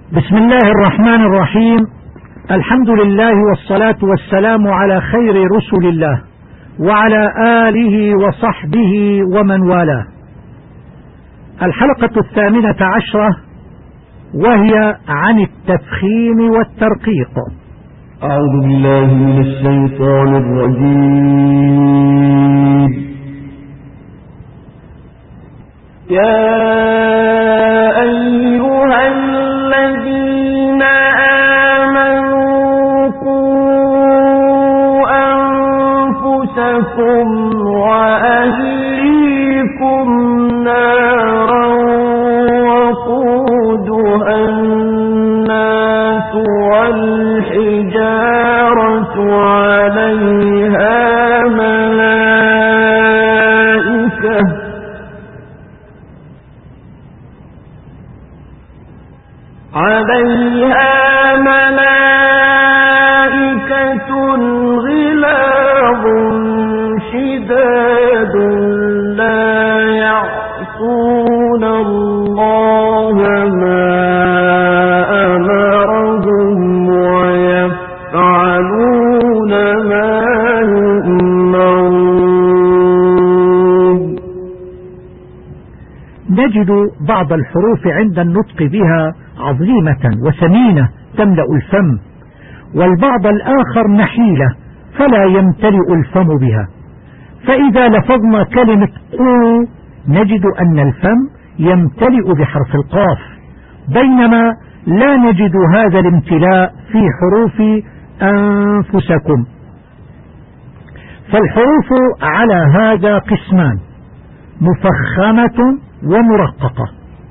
بسم الله الرحمن الرحيم. الحمد لله والصلاة والسلام على خير رسل الله وعلى آله وصحبه ومن والاه. الحلقة 18 وهي عن التفخيم والترقيق. أعوذ بالله من الشيطان الرجيم. يا أيها الذين آمنوا قوا أنفسكم وأهليكم نارا وقودها الناس والحجارة عليها ملائكة غلاظ شداد لا يعصون الله ما أمرهم ويفعلون ما يؤمرون. نجد بعض الحروف عند النطق بها عظيمة وثمينة تملأ الفم، والبعض الآخر نحيلة فلا يمتلئ الفم بها. فإذا لفظنا كلمة قو نجد أن الفم يمتلئ بحرف القاف، بينما لا نجد هذا الامتلاء في حروف أنفسكم. فالحروف على هذا قسمان: مفخمة ومرققة.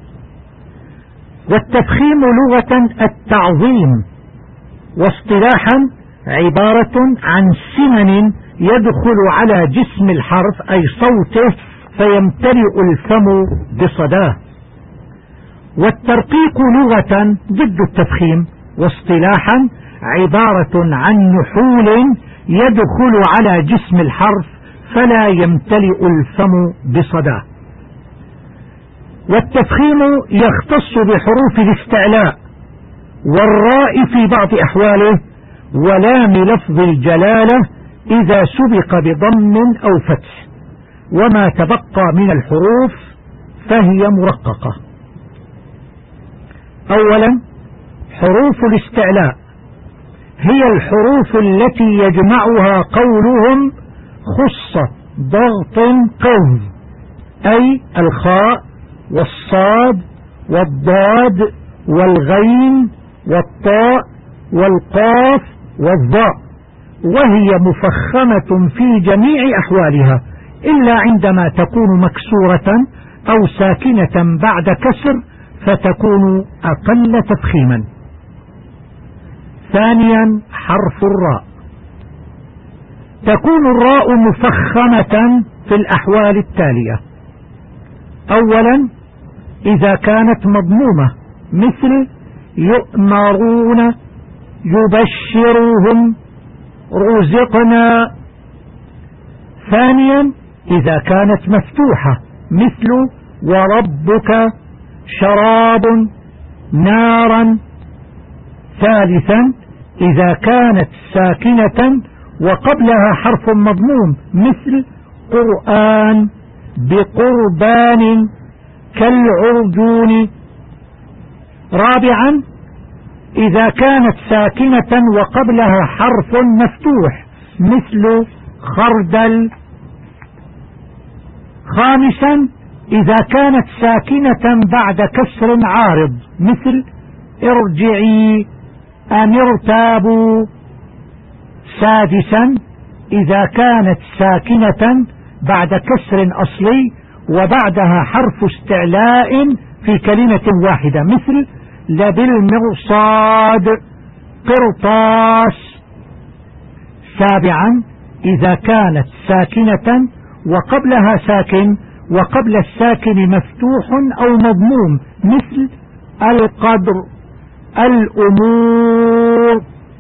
والتفخيم لغة التعظيم، واصطلاحا عبارة عن سمن يدخل على جسم الحرف أي صوته فيمتلئ الفم بصداه. والترقيق لغة ضد التفخيم، واصطلاحا عبارة عن نحول يدخل على جسم الحرف فلا يمتلئ الفم بصداه. والتفخيم يختص بحروف الاستعلاء والراء في بعض أحواله، ولام لفظ الجلالة إذا سبق بضم أو فتح، وما تبقى من الحروف فهي مرققة. أولا، حروف الاستعلاء هي الحروف التي يجمعها قولهم خص ضغط قوم، أي الخاء والصاد والضاد والغين والطاء والقاف والضاء، وهي مفخمة في جميع أحوالها إلا عندما تكون مكسورة أو ساكنة بعد كسر فتكون أقل تفخيما. ثانيا، حرف الراء. تكون الراء مفخمة في الأحوال التالية: أولا، إذا كانت مضمومة مثل يؤمرون، يبشرهم، رزقنا. ثانيا، إذا كانت مفتوحة مثل وربك، شراب، نارا. ثالثا، إذا كانت ساكنة وقبلها حرف مضموم مثل قرآن، بقربان، كالعرجون. رابعا، إذا كانت ساكنة وقبلها حرف مفتوح مثل خردل. خامسا، إذا كانت ساكنة بعد كسر عارض مثل ارجعي، أم ارتابوا. سادسا، إذا كانت ساكنة بعد كسر أصلي وبعدها حرف استعلاء في كلمة واحدة مثل لبالمرصاد، قرطاس. سابعا، إذا كانت ساكنة وقبلها ساكن وقبل الساكن مفتوح أو مضموم مثل القدر، الأمور.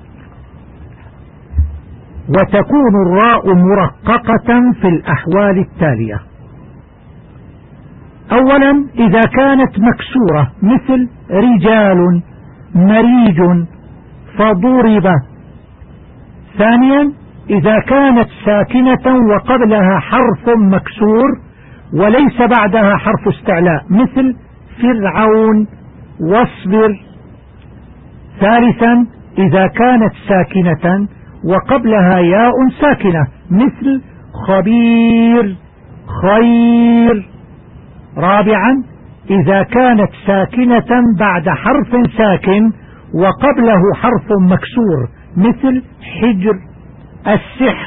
وتكون الراء مرققة في الأحوال التالية: أولا إذا كانت مكسورة مثل رجال، مريج فضرب. ثانيا إذا كانت ساكنة وقبلها حرف مكسور وليس بعدها حرف استعلاء مثل فرعون واصبر. ثالثا إذا كانت ساكنة وقبلها ياء ساكنة مثل خبير خير. رابعا إذا كانت ساكنة بعد حرف ساكن وقبله حرف مكسور مثل حجر السحر.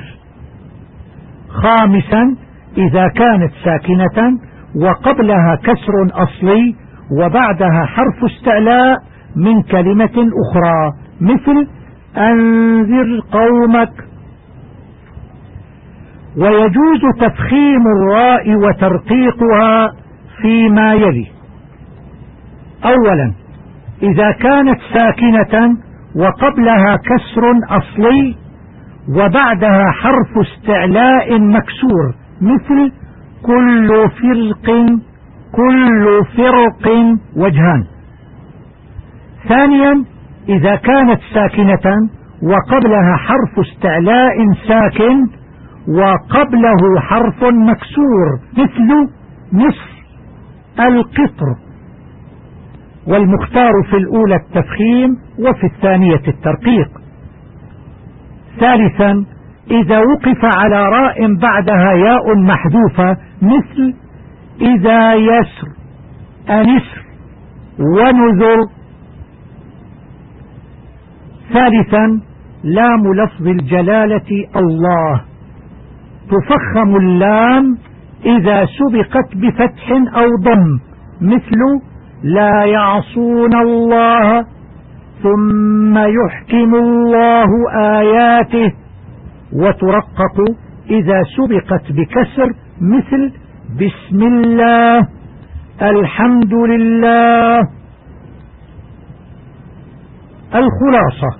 خامسا إذا كانت ساكنة وقبلها كسر أصلي وبعدها حرف استعلاء من كلمة أخرى مثل أنذر قومك. ويجوز تفخيم الراء وترقيقها فيما يلي: أولا إذا كانت ساكنة وقبلها كسر أصلي وبعدها حرف استعلاء مكسور مثل كل فرق وجهان. ثانيا إذا كانت ساكنة وقبلها حرف استعلاء ساكن وقبله حرف مكسور مثل مصر القطر. والمختار في الأولى التفخيم وفي الثانية الترقيق. ثالثا إذا وقف على راء بعدها ياء محذوفة مثل إذا يسر أنسر ونذر. ثالثا لام لفظ الجلالة الله تفخم اللام إذا سبقت بفتح أو ضم مثل لا يعصون الله ثم يحكم الله آياته. وترقق إذا سبقت بكسر مثل بسم الله الحمد لله. الخلاصة: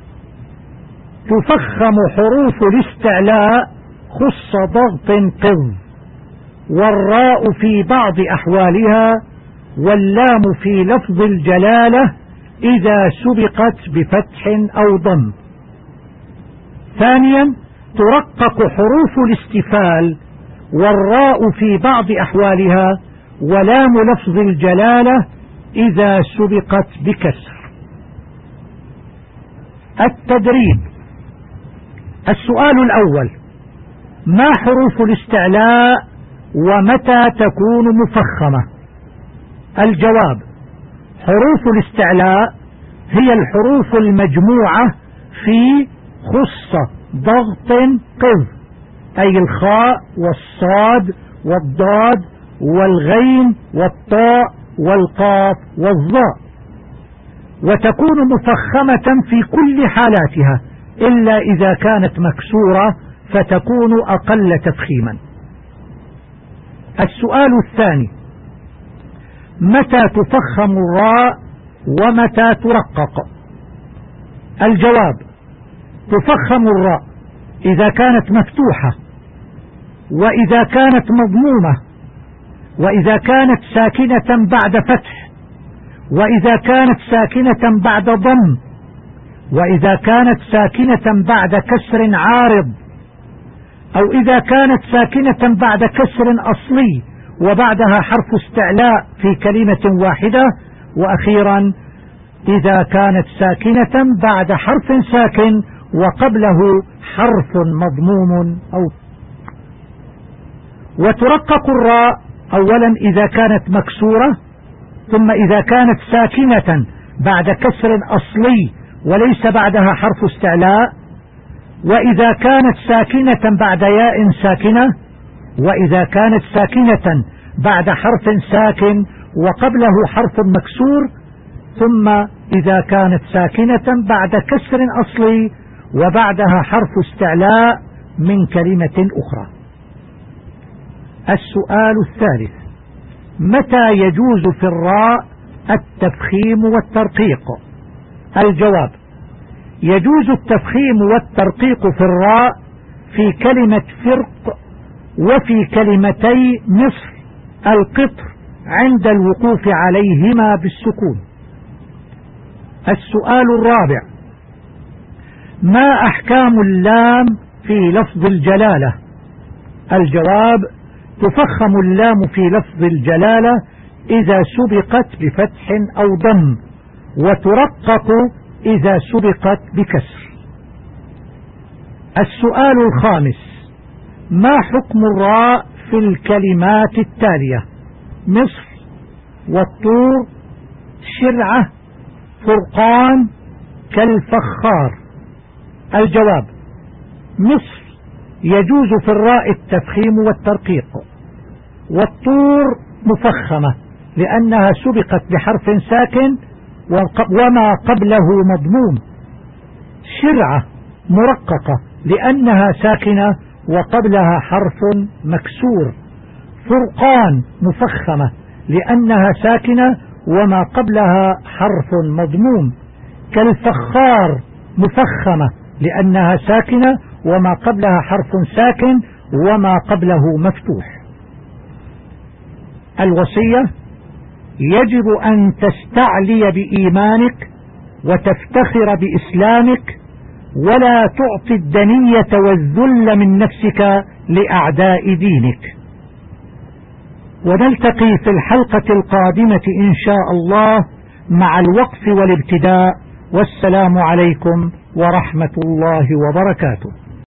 تفخم حروف الاستعلاء خص ضغط قض، والراء في بعض أحوالها، واللام في لفظ الجلالة إذا سبقت بفتح أو ضم. ثانيا ترقق حروف الاستفال، والراء في بعض أحوالها، ولام لفظ الجلالة إذا سبقت بكسر. التدريب: السؤال الأول: ما حروف الاستعلاء ومتى تكون مفخمة؟ الجواب: حروف الاستعلاء هي الحروف المجموعة في خص ضغط قذ، أي الخاء والصاد والضاد والغين والطاء والقاف والظاء، وتكون مفخمة في كل حالاتها إلا إذا كانت مكسورة فتكون أقل تفخيما. السؤال الثاني: متى تفخم الراء ومتى ترقق؟ الجواب: تفخم الراء إذا كانت مفتوحة، وإذا كانت مضمومة، وإذا كانت ساكنة بعد فتح، وإذا كانت ساكنة بعد ضم، وإذا كانت ساكنة بعد كسر عارض، أو إذا كانت ساكنة بعد كسر أصلي وبعدها حرف استعلاء في كلمة واحدة، وأخيرا إذا كانت ساكنة بعد حرف ساكن وقبله حرف مضموم أو. وترقق الراء أولا إذا كانت مكسورة، ثم إذا كانت ساكنة بعد كسر أصلي وليس بعدها حرف استعلاء، وإذا كانت ساكنة بعد ياء ساكنة، وإذا كانت ساكنة بعد حرف ساكن وقبله حرف مكسور، ثم إذا كانت ساكنة بعد كسر أصلي وبعدها حرف استعلاء من كلمة أخرى. السؤال الثالث: متى يجوز في الراء التفخيم والترقيق؟ الجواب: يجوز التفخيم والترقيق في الراء في كلمة فرق وفي كلمتي مصر القطر عند الوقوف عليهما بالسكون. السؤال الرابع: ما أحكام اللام في لفظ الجلالة؟ الجواب: تفخم اللام في لفظ الجلالة إذا سبقت بفتح أو ضم، وترقق إذا سبقت بكسر. السؤال الخامس: ما حكم الراء في الكلمات التالية: مصر، والطور، شرعة، فرقان، كالفخار؟ الجواب: مصر يجوز في الراء التفخيم والترقيق، والطور مفخمة لأنها سبقت بحرف ساكن وما قبله مضموم. شرعة مرققة لأنها ساكنة وقبلها حرف مكسور. فرقان مفخمة لأنها ساكنة وما قبلها حرف مضموم. كالفخار مفخمة لأنها ساكنة وما قبلها حرف ساكن وما قبله مفتوح. الوصية: يجب أن تستعلي بإيمانك وتفتخر بإسلامك، ولا تعطي الدنية والذل من نفسك لأعداء دينك. ونلتقي في الحلقة القادمة إن شاء الله مع الوقف والابتداء. والسلام عليكم ورحمة الله وبركاته.